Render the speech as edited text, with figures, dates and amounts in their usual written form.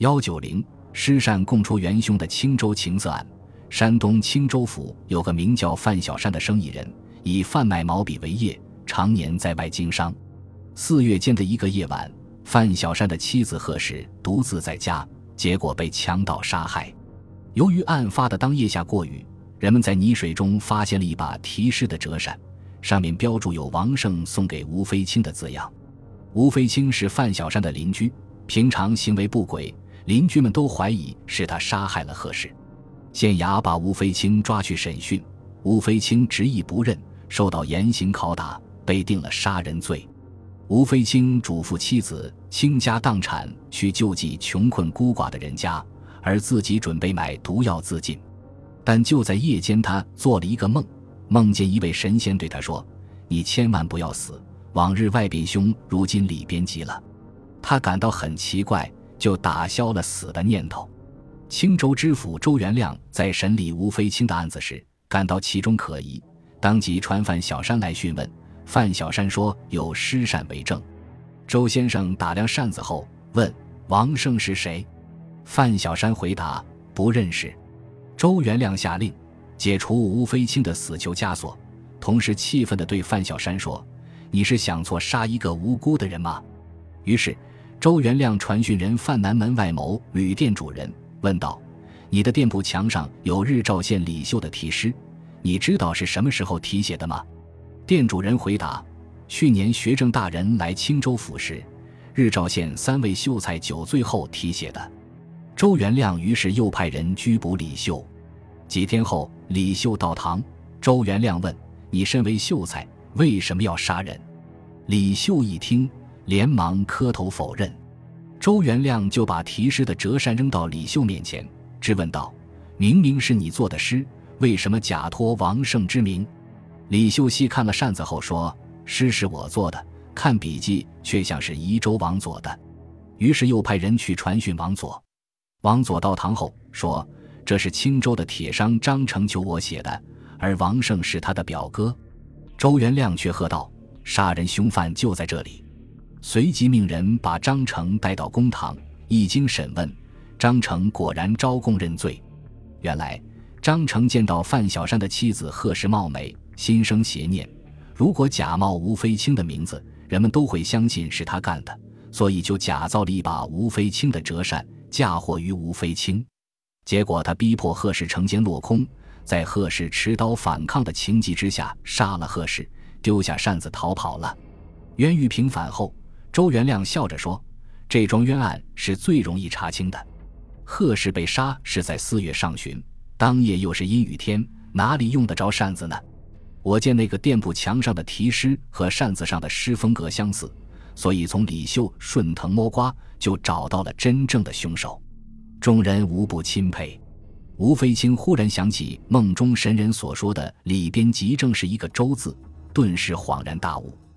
190施善供出元凶的青州情色案。山东青州府有个名叫范小山的生意人，以贩卖毛笔为业，常年在外经商。4月间的一个夜晚，范小山的妻子贺氏独自在家，结果被强盗杀害。由于案发的当夜下过雨，人们在泥水中发现了一把题诗的折扇，上面标注有王胜送给吴飞卿的字样。吴飞卿是范小山的邻居，平常行为不轨，邻居们都怀疑是他杀害了贺氏。县衙把吴飞卿抓去审讯，吴飞卿执意不认，受到严刑拷打，被定了杀人罪。吴飞卿嘱咐妻子倾家荡产去救济穷困孤寡的人家，而自己准备买毒药自尽。但就在夜间，他做了一个梦，梦见一位神仙对他说：你千万不要死，往日外边凶，如今里边急了。他感到很奇怪，就打消了死的念头。青州知府周元亮在审理吴飞卿的案子时，感到其中可疑，当即传范小山来讯问。范小山说有施善为证。周先生打量扇子后问：王胜是谁？范小山回答：不认识。周元亮下令解除吴飞卿的死囚枷锁，同时气愤地对范小山说：你是想错杀一个无辜的人吗？于是周元亮传讯人范南门外某旅店主人，问道：你的店铺墙上有日照县李秀的题诗，你知道是什么时候题写的吗？店主人回答：去年学政大人来青州府时，日照县3位秀才酒醉后题写的。周元亮于是又派人拘捕李秀。几天后，李秀到堂，周元亮问：你身为秀才，为什么要杀人？李秀一听，连忙磕头否认。周元亮就把题诗的折扇扔到李秀面前，质问道：明明是你做的诗，为什么假托王胜之名？李秀细看了扇子后说：诗是我做的，看笔记却像是宜州王佐的。于是又派人去传讯王佐。王佐到堂后说：这是青州的铁商张成求我写的，而王胜是他的表哥。周元亮却喝道：杀人凶犯就在这里。随即命人把张成带到公堂，一经审问，张成果然招供认罪。原来张成见到范小山的妻子贺氏貌美，心生邪念，如果假冒吴飞卿的名字，人们都会相信是他干的，所以就假造了一把吴飞卿的折扇，嫁祸于吴飞卿。结果他逼迫贺氏成奸落空，在贺氏持刀反抗的情急之下杀了贺氏，丢下扇子逃跑了。冤狱平反后，周元亮笑着说：这桩冤案是最容易查清的。贺氏被杀是在4月上旬，当夜又是阴雨天，哪里用得着扇子呢？我见那个店铺墙上的题诗和扇子上的诗风格相似，所以从李秀顺藤摸瓜就找到了真正的凶手。众人无不钦佩。吴飞卿忽然想起梦中神人所说的里边急正是一个周字，顿时恍然大悟。